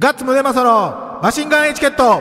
ガッツムネマソのマシンガンエチケット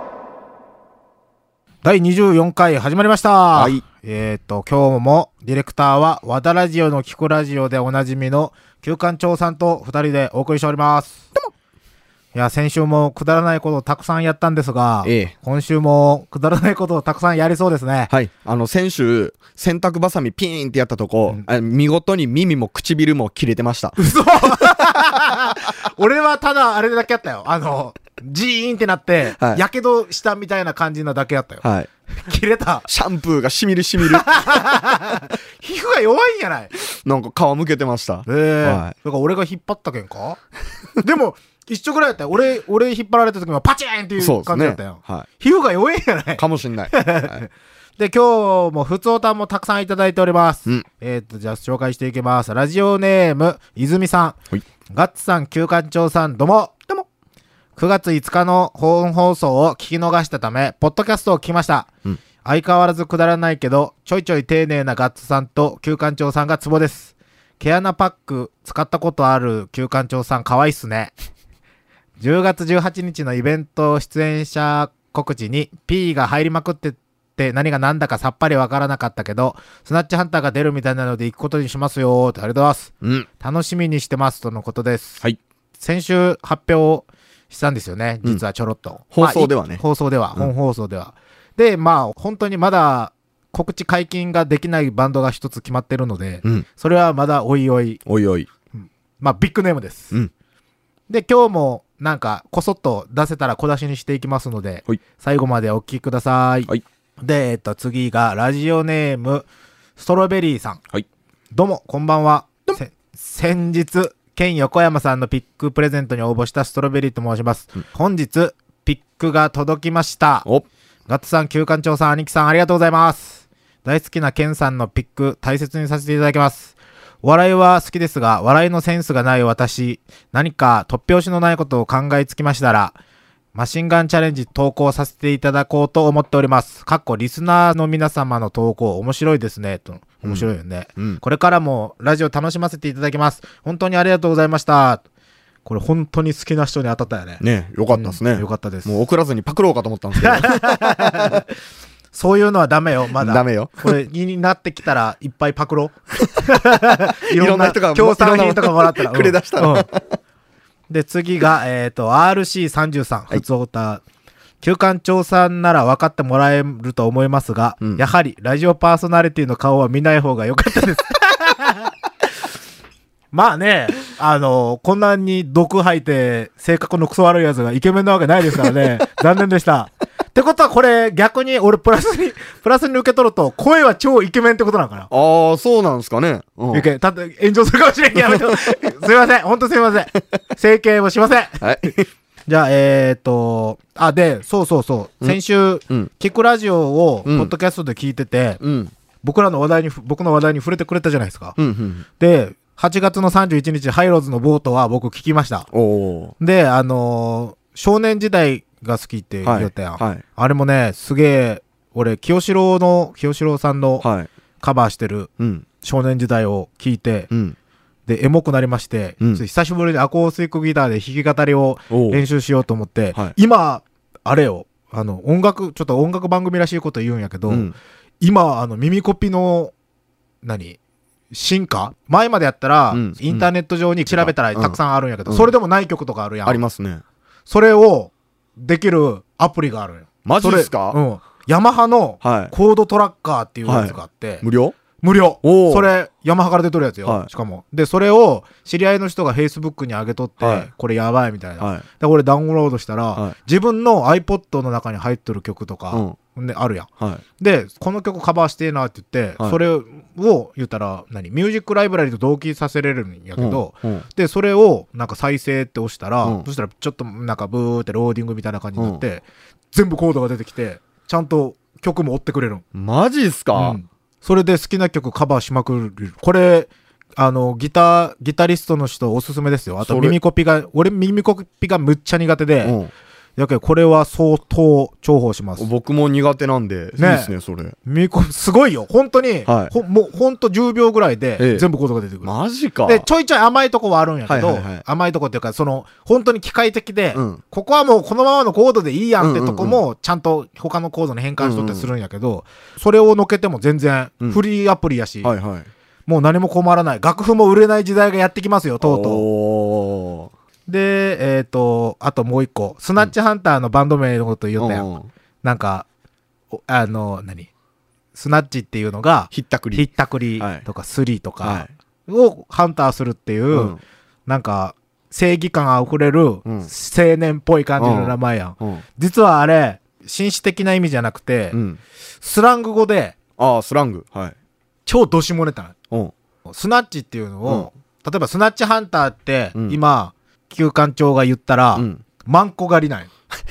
第24回始まりました。 はい。 今日もディレクターは和田ラジオの聞くラジオでおなじみの旧館長さんと2人でお送りしております。どうも。いや、先週もくだらないことをたくさんやったんですが、今週もくだらないことをたくさんやりそうですね。 はい。先週洗濯バサミピーンってやったとこ、見事に耳も唇も切れてました。 嘘俺はただあれだけやったよ。ジーンってなって、やけどしたみたいな感じなだけやったよ。 はい。 切れた。 シャンプーがしみるしみる。 皮膚が弱いんやない。 なんか皮むけてました。はい。 だから俺が引っ張ったけんかでも、一緒ぐらいやったよ。俺引っ張られた時もパチーンっていう感じだったよ。 はい。 皮膚が弱いんやない。 かもしんない。はい、 で、今日もふつおたもたくさんいただいております。 じゃあ紹介していきます。ラジオネーム、泉さん。 はい。 ガッツさん、旧館長さん、どうも。どうも。9月5日の本放送を聞き逃したため、ポッドキャストを聞きました。相変わらずくだらないけど、ちょいちょい丁寧なガッツさんと旧館長さんがツボです。毛穴パック使ったことある旧館長さんかわいいっすね。10月18日のイベント出演者告知に P が入りまくってて何が何だかさっぱりわからなかったけど、スナッチハンターが出るみたいなので行くことにしますよーと。ありがとうございます。楽しみにしてますとのことです。 はい。 先週発表したんですよね。実はちょろっと。 放送ではね。 放送では、本放送では。で、まあ本当にまだ告知解禁ができないバンドが一つ決まってるので、それはまだおいおい。 おいおい。 まあビッグネームです。で、今日もなんかこそっと出せたら小出しにしていきますので、最後までお聞きください。で、次がラジオネームストロベリーさん。どうもこんばんは。先日県横山さんのピックプレゼントに応募したストロベリーと申します。本日ピックが届きました。ガッツさん、旧館長さん、兄貴さん、ありがとうございます。大好きな県さんのピック大切にさせていただきます。お笑いは好きですが、笑いのセンスがない私、何か突拍子のないことを考えつきましたら、マシンガンチャレンジ投稿させていただこうと思っております。リスナーの皆様の投稿面白いですねと。面白いよね、これからもラジオ楽しませていただきます。本当にありがとうございました。これ本当に好きな人に当たったよね。 ね、よかったですね。 よかったです。 もう送らずにパクろうかと思ったんですけど。 そういうのはダメよ、まだ。 ダメよ。 これになってきたらいっぱいパクろいろんな人が協賛品とかもらったら。 くれ出したら。 で、次が、RC33、ふつおた。旧館長さんなら分かってもらえると思いますが、やはりラジオパーソナリティの顔は見ない方が良かったです。まあね、こんなに毒吐いて性格のクソ悪いやつがイケメンなわけないですからね。残念でした。ってことはこれ逆に俺プラスに受け取ると声は超イケメンってことなのかな。 ああ、そうなんですかね。 たった炎上するかもしれんけど、すいません。ほんとすいません。整形もしません。はい。じゃあ、で、そう。先週、キクラジオをポッドキャストで聞いてて、僕の話題に触れてくれたじゃないですか。で、8月の31日、ハイローズのボートは僕聞きました。で、少年時代が好きって言ったやん。あれもね、すげえ、俺、清志郎さんのカバーしてる少年時代を聞いて、で、エモくなりまして、久しぶりにアコースティックギターで弾き語りを練習しようと思って、今、あれよ、ちょっと音楽番組らしいこと言うんやけど、今、耳コピの、進化前までやったら、インターネット上に調べたらたくさんあるんやけど、それでもない曲とかあるやん。 ありますね。 それをできるアプリがあるんよ。 マジですか？ ヤマハのコードトラッカーっていうやつがあって、 無料。 それヤマハから出とるやつよ。しかもでそれを知り合いの人が Facebook に上げとって、これやばいみたいな。で俺ダウンロードしたら、自分の iPod の中に入ってる曲とかあるやん。でこの曲カバーしてえなって言って、それを言ったらミュージックライブラリと同期させれるんやけど、でそれをなんか再生って押したら、そしたらちょっとなんかブーってローディングみたいな感じになって、全部コードが出てきてちゃんと曲も追ってくれる。 マジっすか？ それで好きな曲カバーしまくる。これギタリストの人おすすめですよ。あと耳コピがむっちゃ苦手で、 やけどこれは相当重宝します。 僕も苦手なんで、いいですね、それ。 すごいよ。本当に、 はい、 もうほんと10秒ぐらいで全部ことが出てくる。 マジか。 で、ちょいちょい甘いとこはあるんやけど、甘いとこっていうか、本当に機械的で、ここはもうこのままのコードでいいやんってとこも、ちゃんと他のコードに変換しとってするんやけど、それをのけても全然フリーアプリやし、もう何も困らない。楽譜も売れない時代がやってきますよ、とうとう。で、あともう一個、スナッチハンターのバンド名のこと言ったやん。なんか、スナッチっていうのが、 ひったくりとかスリとかをハンターするっていう、なんか、正義感あふれる青年っぽい感じの名前やん。実はあれ、紳士的な意味じゃなくて、スラング語で、 スラング。 超どしもネタなの。スナッチっていうのを、例えばスナッチハンターって、今、旧館長が言ったら、マンコ狩りなんよ。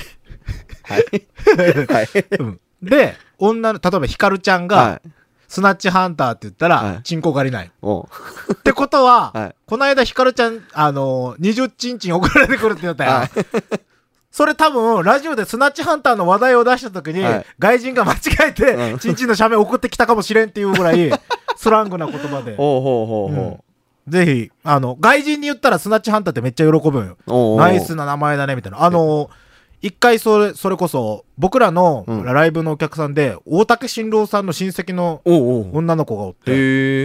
で、例えばヒカルちゃんが、スナッチハンターって言ったら、チンコ狩りない。ってことは、この間ヒカルちゃん、20チンチン送られてくるって言ったやん。それ多分、ラジオでスナッチハンターの話題を出したときに、外人が間違えて、チンチンの写メ送ってきたかもしれんっていうぐらい、スラングな言葉で。ぜひ、外人に言ったらスナッチハンターってめっちゃ喜ぶよ。ナイスな名前だね、みたいな。一回それこそ、僕らのライブのお客さんで、大竹新郎さんの親戚の女の子がおって、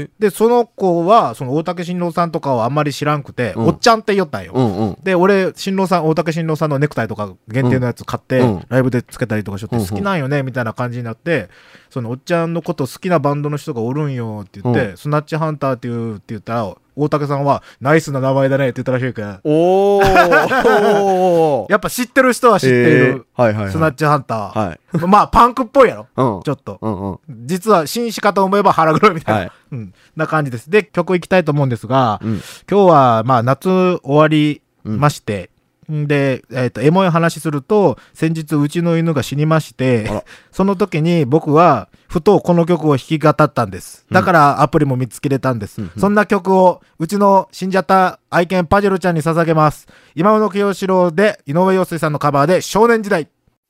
で、その子は、その大竹新郎さんとかをあんまり知らんくて、おっちゃんって言ったんよ。で、俺、大竹新郎さんのネクタイとか限定のやつ買って、ライブでつけたりとかしとって、好きなんよね、みたいな感じになって、そのおっちゃんのこと好きなバンドの人がおるんよって言って、スナッチハンターって言ったら、大竹さんは、ナイスな名前だねって言ったらしいから。やっぱ知ってる人は知っている。スナッチハンター。まあ、パンクっぽいやろ。ちょっと。実は、紳士かと思えば腹黒いみたいな。な感じです。で、曲いきたいと思うんですが、今日は、まあ、夏終わりまして、で、エモい話すると、先日うちの犬が死にまして、その時に僕は、ふとこの曲を弾き語ったんです。だからアプリも見つけれたんです。そんな曲を、うちの死んじゃった愛犬パジェロちゃんに捧げます。今野清志郎で、井上陽水さんのカバーで、少年時代。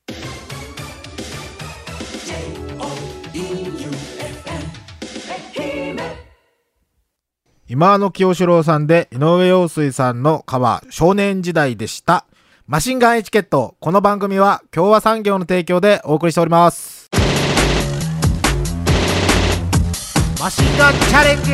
今野清志郎さんで井上陽水さんのカバー少年時代でした。マシンガンエチケット。この番組は共和産業の提供でお送りしております。マシンガンチャレンジ。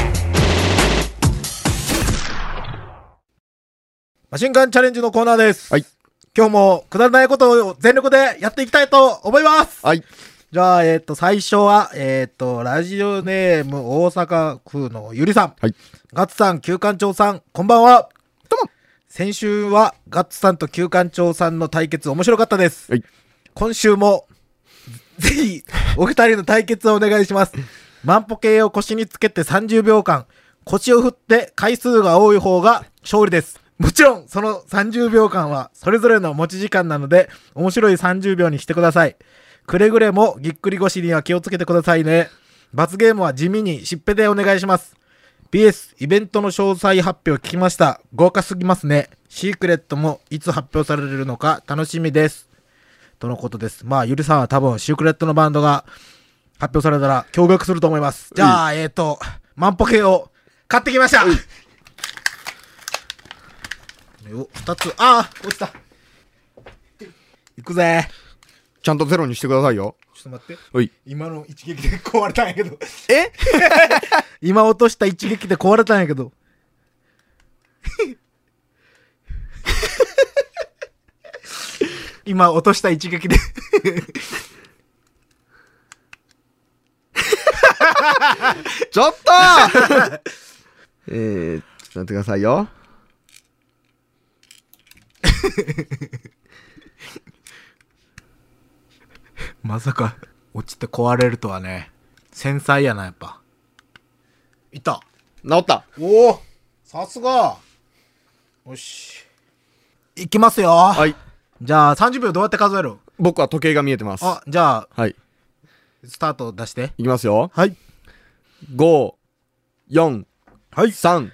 マシンガンチャレンジのコーナーです。今日もくだらないことを全力でやっていきたいと思います。じゃあ、最初は、ラジオネーム大阪府のゆりさん。ガッツさん、旧館長さん、こんばんは。どうも。先週はガッツさんと旧館長さんの対決面白かったです。今週も、ぜひ、お二人の対決をお願いします。万歩計を腰につけて30秒間、腰を振って回数が多い方が勝利です。もちろん、その30秒間は、それぞれの持ち時間なので、面白い30秒にしてください。くれぐれもぎっくり腰には気をつけてくださいね。罰ゲームは地味にしっぺでお願いします。PS イベントの詳細発表聞きました。豪華すぎますね。シークレットもいつ発表されるのか楽しみです。とのことです。まあゆりさんは多分シークレットのバンドが発表されたら驚愕すると思います。じゃあ万歩計を買ってきました。2つ落ちた。いくぜ。 ちゃんとゼロにしてくださいよ。 ちょっと待って。今の一撃で壊れたんやけど。 え今落とした一撃で壊れたんやけど。今落とした一撃で。 ちょっとちょっと待ってくださいよ。 まさか落ちて壊れるとはね。繊細やな、やっぱ。いった。 治った。 おお、さすが。よし。いきますよ。じゃあ30秒どうやって数える？ 僕は時計が見えてます。 じゃあ、スタート出して。 いきますよ。 5、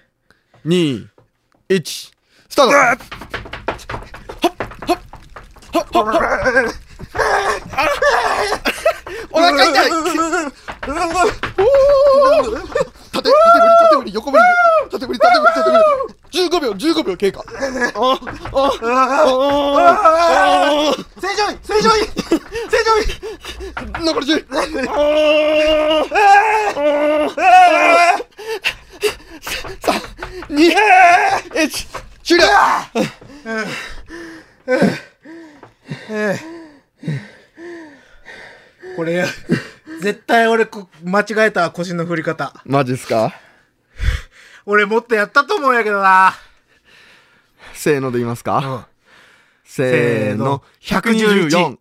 4、3、2、1、スタート。 お腹痛い。縦振り、横振り、縦振り。15秒経過。 正常位残り10。3、2、1、終了。 これ絶対俺間違えたわ、腰の振り方。 マジっすか？ 俺もっとやったと思うんやけどな。 せーので言いますか？ うん、 せーの、114。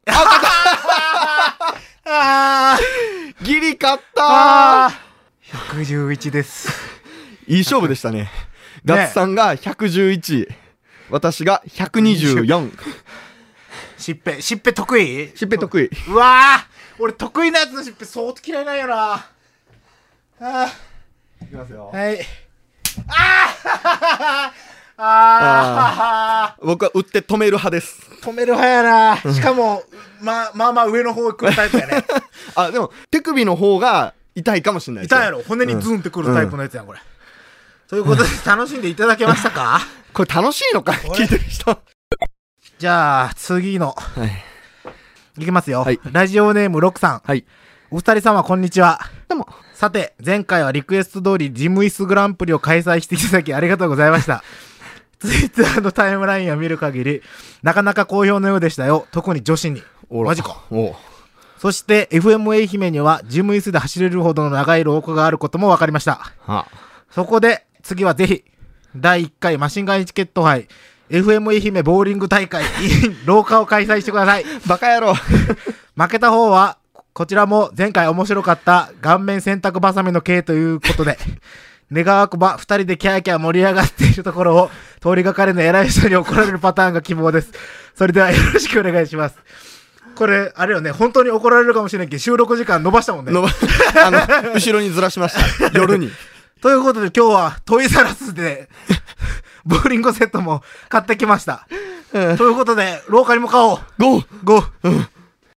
あーギリ勝ったー。111です。 いい勝負でしたね。ガッツさんが111、私が124。 しっぺ得意？ しっぺ得意。 うわー、俺得意なやつのしっぺ相当嫌いなんやな。 いきますよ。 はい。 僕は打って止める派です。 止める派やな。しかもまあ上の方来るタイプやね。 でも手首の方が痛いかもしれないですよ。 痛いやろ。骨にズンってくるタイプのやつやんこれ。ということで楽しんでいただけましたか？ これ楽しいのか聞いてる人。 じゃあ次の、いきますよ、 はい、 ラジオネームロックさん、 はい、 お二人様こんにちは。 どうも。 さて前回はリクエスト通りジムイスグランプリを開催していただきありがとうございました。ツイッターのタイムラインを見る限りなかなか好評のようでしたよ。特に女子に。マジか。そして FM 愛媛にはジムイスで走れるほどの長い廊下があることも分かりました。そこで次はぜひ第1回マシンガンエチケット杯FM 愛媛ボーリング大会廊下を開催してください。 バカ野郎。 負けた方はこちらも前回面白かった顔面洗濯バサミの刑ということで願わくば2人でキャーキャー盛り上がっているところを通りがかりの偉い人に怒られるパターンが希望です。それではよろしくお願いします。これあれよね、本当に怒られるかもしれんけど収録時間伸ばしたもんね。 後ろにずらしました。夜に。 ということで今日はトイザらスでボーリングセットも買ってきました。ということで廊下に向かおう。ゴー。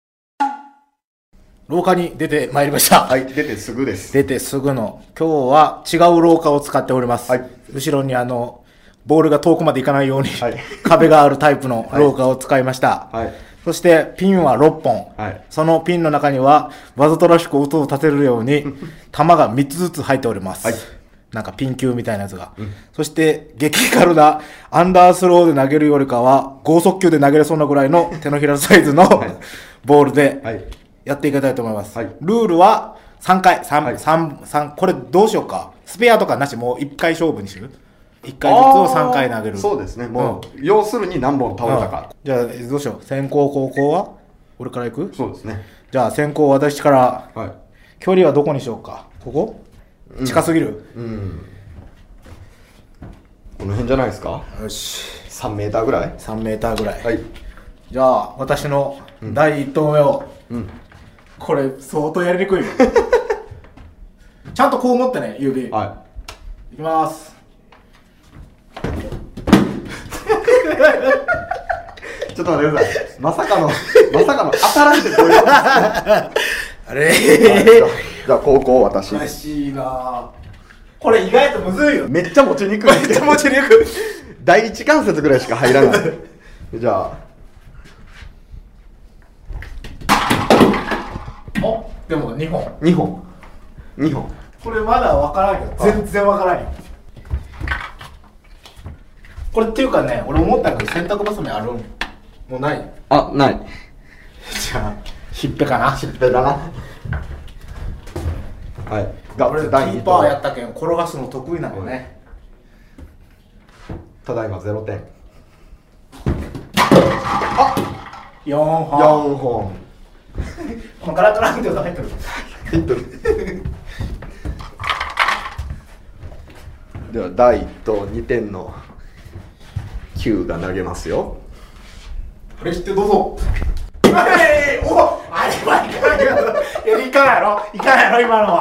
廊下に出てまいりました。 はい、出てすぐです。 出てすぐの今日は違う廊下を使っております。はい、後ろにボールが遠くまで行かないように、はい、壁があるタイプの廊下を使いました。はい、そしてピンは6本、はい、そのピンの中にはわざとらしく音を立てるように玉が3つずつ入っております。はい、なんかピン球みたいなやつが、そして激軽なアンダースローで投げるよりかは剛速球で投げれそうなぐらいの手のひらサイズのボールでやっていきたいと思います。はい、ルールは3回3これどうしようか。スペアとかなし、もう1回勝負にする。1回ずつを3回投げる。 そうですね。もう、要するに何本倒れたか。 じゃあどうしよう。先攻後攻は俺から行く？ そうですね。 じゃあ先攻私から、はい、距離はどこにしようか。ここ？近すぎる？ この辺じゃないですか。 よし。 3メーターぐらい ？3メーターぐらい。はい。じゃあ私の第1投目を、これ相当やりにくいよ。ちゃんとこう持ってね、指。はい。いきます。 ちょっと待ってください。まさかの当たらんでこういう。 あれじゃあ高校私。 らしいな。これ意外とむずいよ。 めっちゃ持ちにくい。 めっちゃ持ちにくい。 第一関節ぐらいしか入らない。じゃあ。 お、でも2本。 2本。 これまだ分からんよ。全然分からんよ。これっていうかね、俺思ったけど洗濯バサミあるん？もうない？ あ、ない。 じゃあひっぺかな。 ひっぺだな。はい。 俺キーパーやったけん転がすの得意なのね。 ただいま0点。 あ、4 本。 このガラガラって音入ってる。 入ってる。では第1投2点の9が投げますよ。 プレッシャーどうぞ。お、あれはいかんやろ今の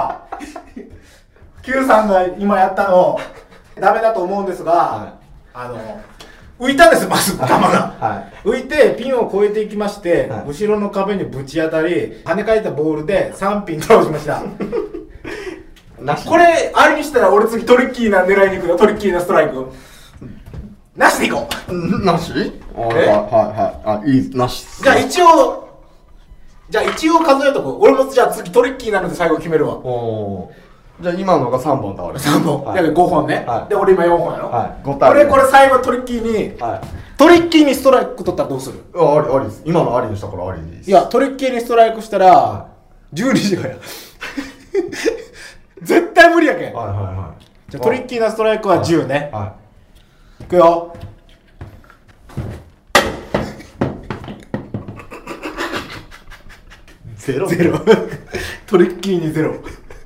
は。Q さんが今やったのダメだと思うんですが、はい、 浮いたんですまず球が、 はい、 浮いてピンを越えていきまして、 はい、 後ろの壁にぶち当たり跳ね返ったボールで3ピン倒しましたこれあれにしたら俺次トリッキーな狙いに行くよ。トリッキーなストライクなしでいこう。 なし？はいはい。いい、なし。 じゃあ一応数えとこう。俺もじゃあ次トリッキーなので最後決めるわ。 おー。じゃあ今のが3本だ俺。 3本。 はい、 だから5本ね。はい、で俺今4本やろ。 はい。5対これ最後トリッキーに、はい、トリッキーにストライク取ったらどうする？ ありです。今のありにしたからありです。 いや、トリッキーにストライクしたら、はい、12時がや。絶対無理やけん。 はいはいはい。 じゃあトリッキーなストライクは10ね。 はい。 いくよ。ゼロトリッキーにゼロ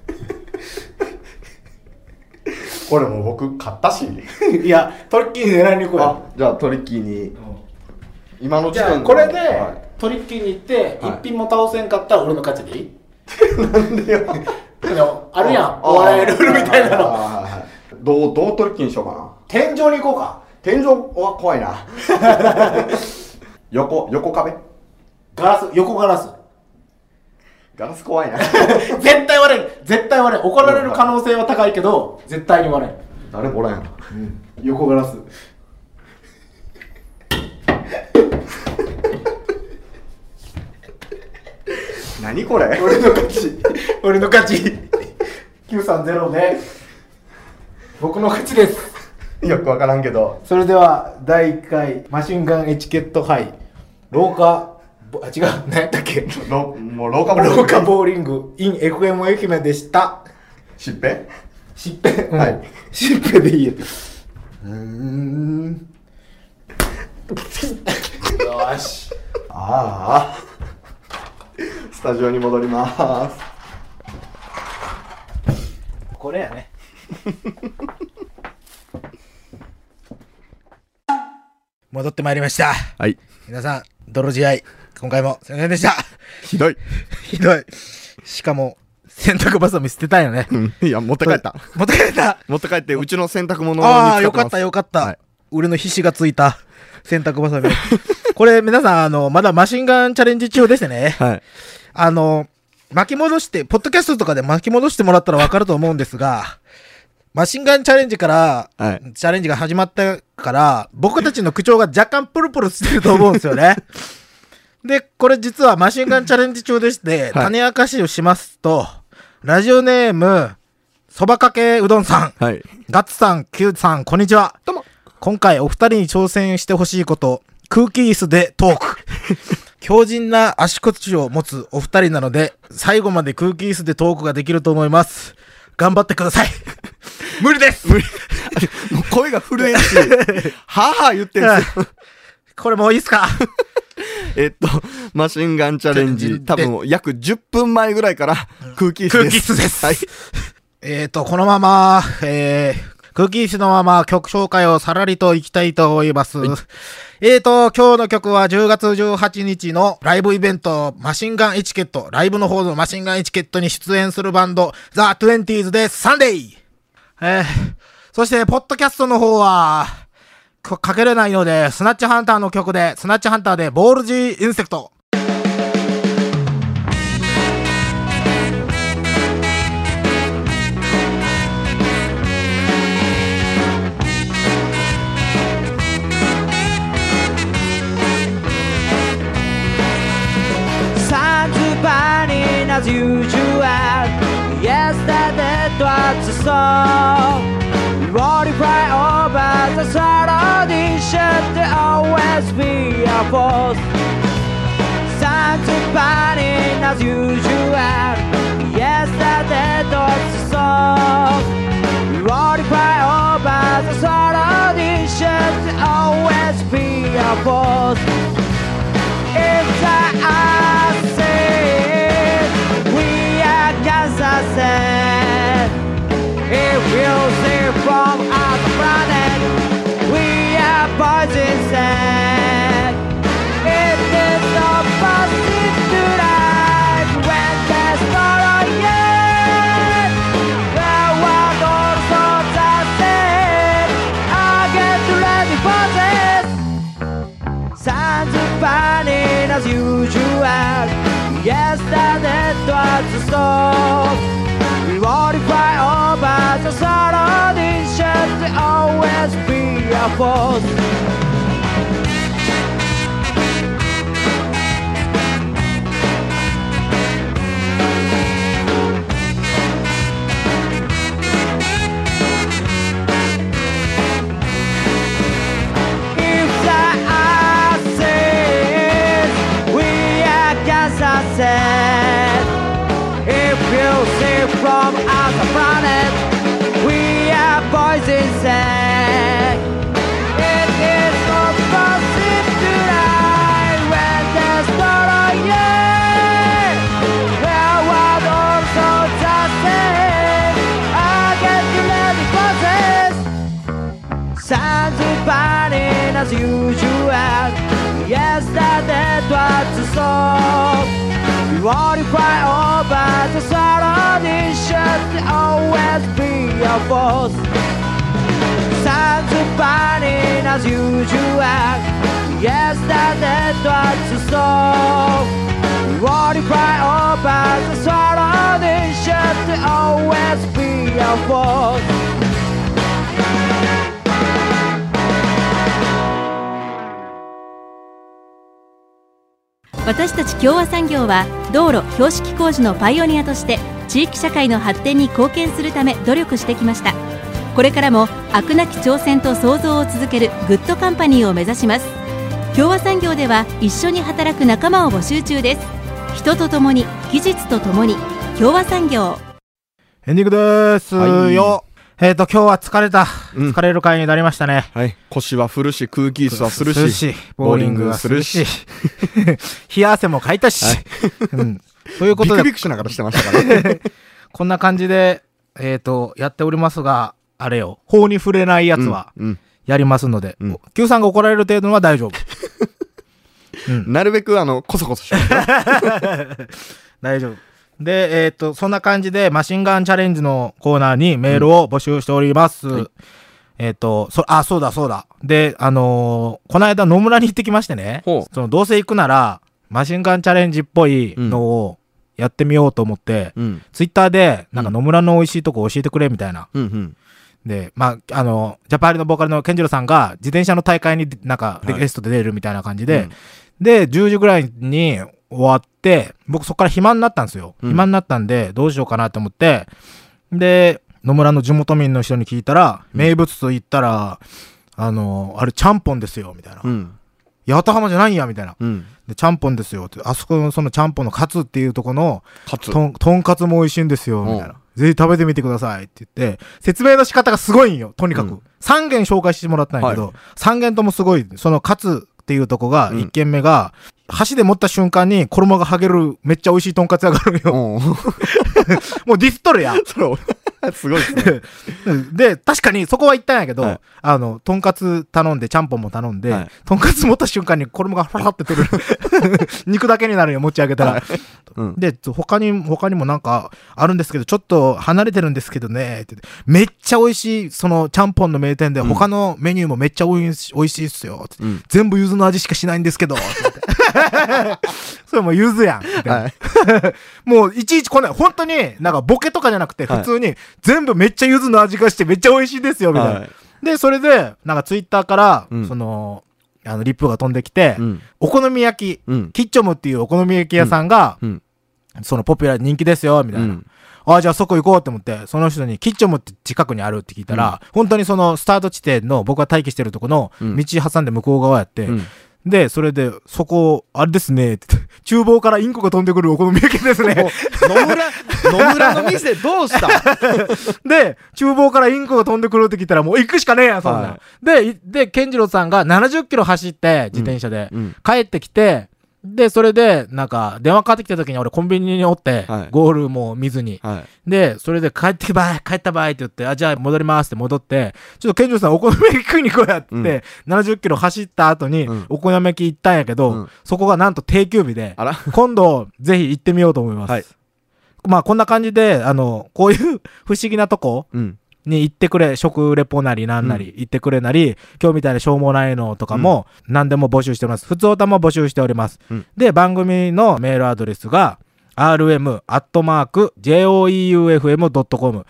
これもう僕勝ったしいやトリッキーに狙いに行こうよ。 じゃあトリッキーに、今の時点でじゃあこれで、はい、トリッキーに行って、はい、一品も倒せんかったら俺の勝ちでいいなんでよあるやんお笑いルールみたいなのどうトリッキーにしようかな。 天井に行こうか。 天井は怖いな横壁ガラス横ガラス怖いな絶対割れん怒られる可能性は高いけど絶対に割れん。 誰もおらんやん、 横ガラス何これ俺の勝ち930で僕の勝ちです。 よくわからんけど。 それでは第1回マシンガンエチケット杯違う何やったっけもう廊下ボーリング in FM 愛媛でした。 しっぺ、 はい、しっぺでいいよ。よしスタジオに戻ります。 これやね戻ってまいりました。 はい、 皆さん泥試合今回もすいませんでした。 ひどいしかも洗濯バサミ捨てたよね、 いや持って帰ってうちの洗濯物に使ってます。 ああよかった、はい、俺の皮脂がついた洗濯バサミこれ皆さんまだマシンガンチャレンジ中でしてね、 はい、 巻き戻してポッドキャストとかで巻き戻してもらったら分かると思うんですが、マシンガンチャレンジから、はい、チャレンジが始まったから僕たちの口調が若干プルプルしてると思うんですよねでこれ実はマシンガンチャレンジ中でして、はい、種明かしをしますと、ラジオネームそばかけうどんさん、 はい、 ガッツさん、キューさん、こんにちは。 どうも。 今回お二人に挑戦してほしいこと、空気椅子でトーク強靭な足腰を持つお二人なので最後まで空気椅子でトークができると思います。頑張ってください無理ですもう声が震えるしはぁ言ってんすよこれもういいっすかマシンガンチャレンジ多分約10分前ぐらいから空気椅子です、はい、 このまま、空気椅子のまま曲紹介をさらりといきたいと思います、はい、今日の曲は10月18日のライブイベントマシンガンエチケット、ライブの方のマシンガンエチケットに出演するバンドザ・トゥエンティーズでサンデー、そしてポッドキャストの方はかけれないのでスナッチハンターの曲でスナッチハンターでボールジーインセクト。 As usual, yesterday it was a song. Roll it right over the sorrow. This should always be a force. Time to party as usual. Yesterday it was a song. Roll it right over the sorrow. This should always be a force. It's a sunset. If you see from other planet, we are boys inside. It is opposite to life when there's not a yet. The world also does it. as usual. Yesterday was the storm. We won't fly over the surrounding shores to always be a force. If you see from other planet, we are boys inside. It is not possible tonight when there's not a year. There was also just saying, I get you ready for this. Sounds are burning as usual. Yesterday was the song. We want to fly over the surrounding shores to always be a force. Suns are burning as usual. Yesterday was the song. We want to fly over the surrounding shores to always be a force. 私たち共和産業は道路・標識工事のパイオニアとして地域社会の発展に貢献するため努力してきました。これからも飽くなき挑戦と創造を続けるグッドカンパニーを目指します。共和産業では一緒に働く仲間を募集中です。人とともに、技術とともに、共和産業。 エンディングですよ。今日は疲れた、疲れる回になりましたね。 はい。腰は振るし、空気椅子はするし、 ボーリングはするし、冷や汗もかいたし、そういうことで。 ビクビクしながらしてましたからね。 こんな感じで、やっておりますが、あれよ、法に触れないやつは、やりますので、Q さんが怒られる程度は大丈夫。 なるべく、コソコソします。 大丈夫。で、そんな感じでマシンガンチャレンジのコーナーにメールを募集しております。そうだ。で、この間野村に行ってきましてね、どうせ行くなら、マシンガンチャレンジっぽいのをやってみようと思って、ツイッターで、なんか野村の美味しいとこ教えてくれみたいな。で、ジャパーリのボーカルのケンジロさんが自転車の大会になんかゲストで出るみたいな感じで、で、10時ぐらいに終わって、僕そこから暇になったんですよ。暇になったんで、どうしようかなと思って、で、野村の地元民の人に聞いたら、名物と言ったら、あれ、ちゃんぽんですよ、みたいな。八幡浜じゃないんや、みたいな。で、ちゃんぽんですよって。あそこのそのちゃんぽんのカツっていうとこの、とんかつも美味しいんですよ、みたいな。ぜひ食べてみてくださいって言って、説明の仕方がすごいんよ、とにかく。3軒紹介してもらったんやけど、3軒ともすごい、そのカツっていうとこが、1軒目が、箸で持った瞬間に衣が剥げるめっちゃ美味しいとんかつ屋があるよ。もうディスっとるやん。 すごいですね。 で、確かにそこは行ったんやけど、とんかつ頼んで、ちゃんぽんも頼んで、とんかつ持った瞬間に衣がフラって取れる。肉だけになるよ、持ち上げたら。で、他にもなんかあるんですけど、ちょっと離れてるんですけどね、ってめっちゃ美味しい、そのちゃんぽんの名店で、他のメニューもめっちゃ美味しいっすよ。全部柚子の味しかしないんですけど、それも柚子やん。もういちいちこんな、本当になんかボケとかじゃなくて、普通に全部めっちゃ柚子の味がしてめっちゃ美味しいですよ、みたいな。で、それで、なんかツイッターから、その、リップが飛んできて、お好み焼き、キッチョムっていうお好み焼き屋さんが、そのポピュラー人気ですよ、みたいな。じゃあそこ行こうって思って、その人にキッチョムって近くにあるって聞いたら、本当にそのスタート地点の僕が待機してるとこの道挟んで向こう側やって、で、それで、そこ、あれですね、って厨房からインコが飛んでくるお好み焼きですね。 野村の店どうしたで、厨房からインコが飛んでくるって聞いたらもう行くしかねえや、そんな。で、健次郎さんが70キロ走って、自転車で、帰ってきて、で、それで、なんか、電話かかってきた時に俺コンビニにおって、ゴールも見ずに。で、それで帰った場合って言って、じゃあ戻りますって戻って、ちょっと健次郎さんお好み焼き食いに行こうやって、70キロ走った後に、お好み焼き行ったんやけど、そこがなんと定休日で、今度、ぜひ行ってみようと思います。まあ、こんな感じで、こういう不思議なとこ、 に行ってくれ、食レポなりなんなり行ってくれなり、今日みたいなしょうもないのとかも何でも募集しております。普通歌も募集しております。で、番組のメールアドレスが、rm@joeufm.com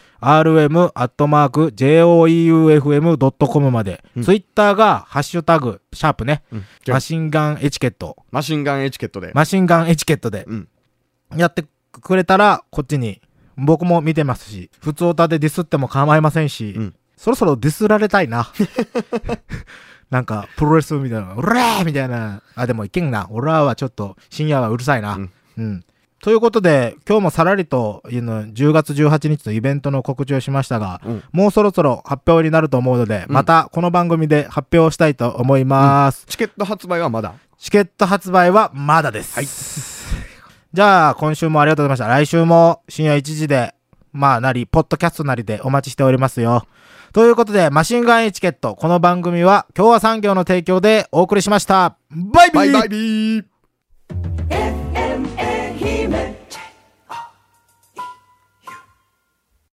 rm@joeufm.com まで、ツイッターがハッシュタグシャープね、マシンガンエチケットでやってくれたら、こっちに僕も見てますし、普通歌でディスっても構いませんし、そろそろディスられたいな。なんかプロレスみたいな、うらーみたいな、でもいけんな、俺らはちょっと深夜はうるさいな。ということで、今日もさらりと10月18日のイベントの告知をしましたが、もうそろそろ発表になると思うので、またこの番組で発表したいと思います。 チケット発売はまだ？ チケット発売はまだです。はい。じゃあ、今週もありがとうございました。来週も深夜1時で、ポッドキャストなりでお待ちしておりますよ。ということで、マシンガンエチケット、この番組は共和産業の提供でお送りしました。バイビー。 FM 愛媛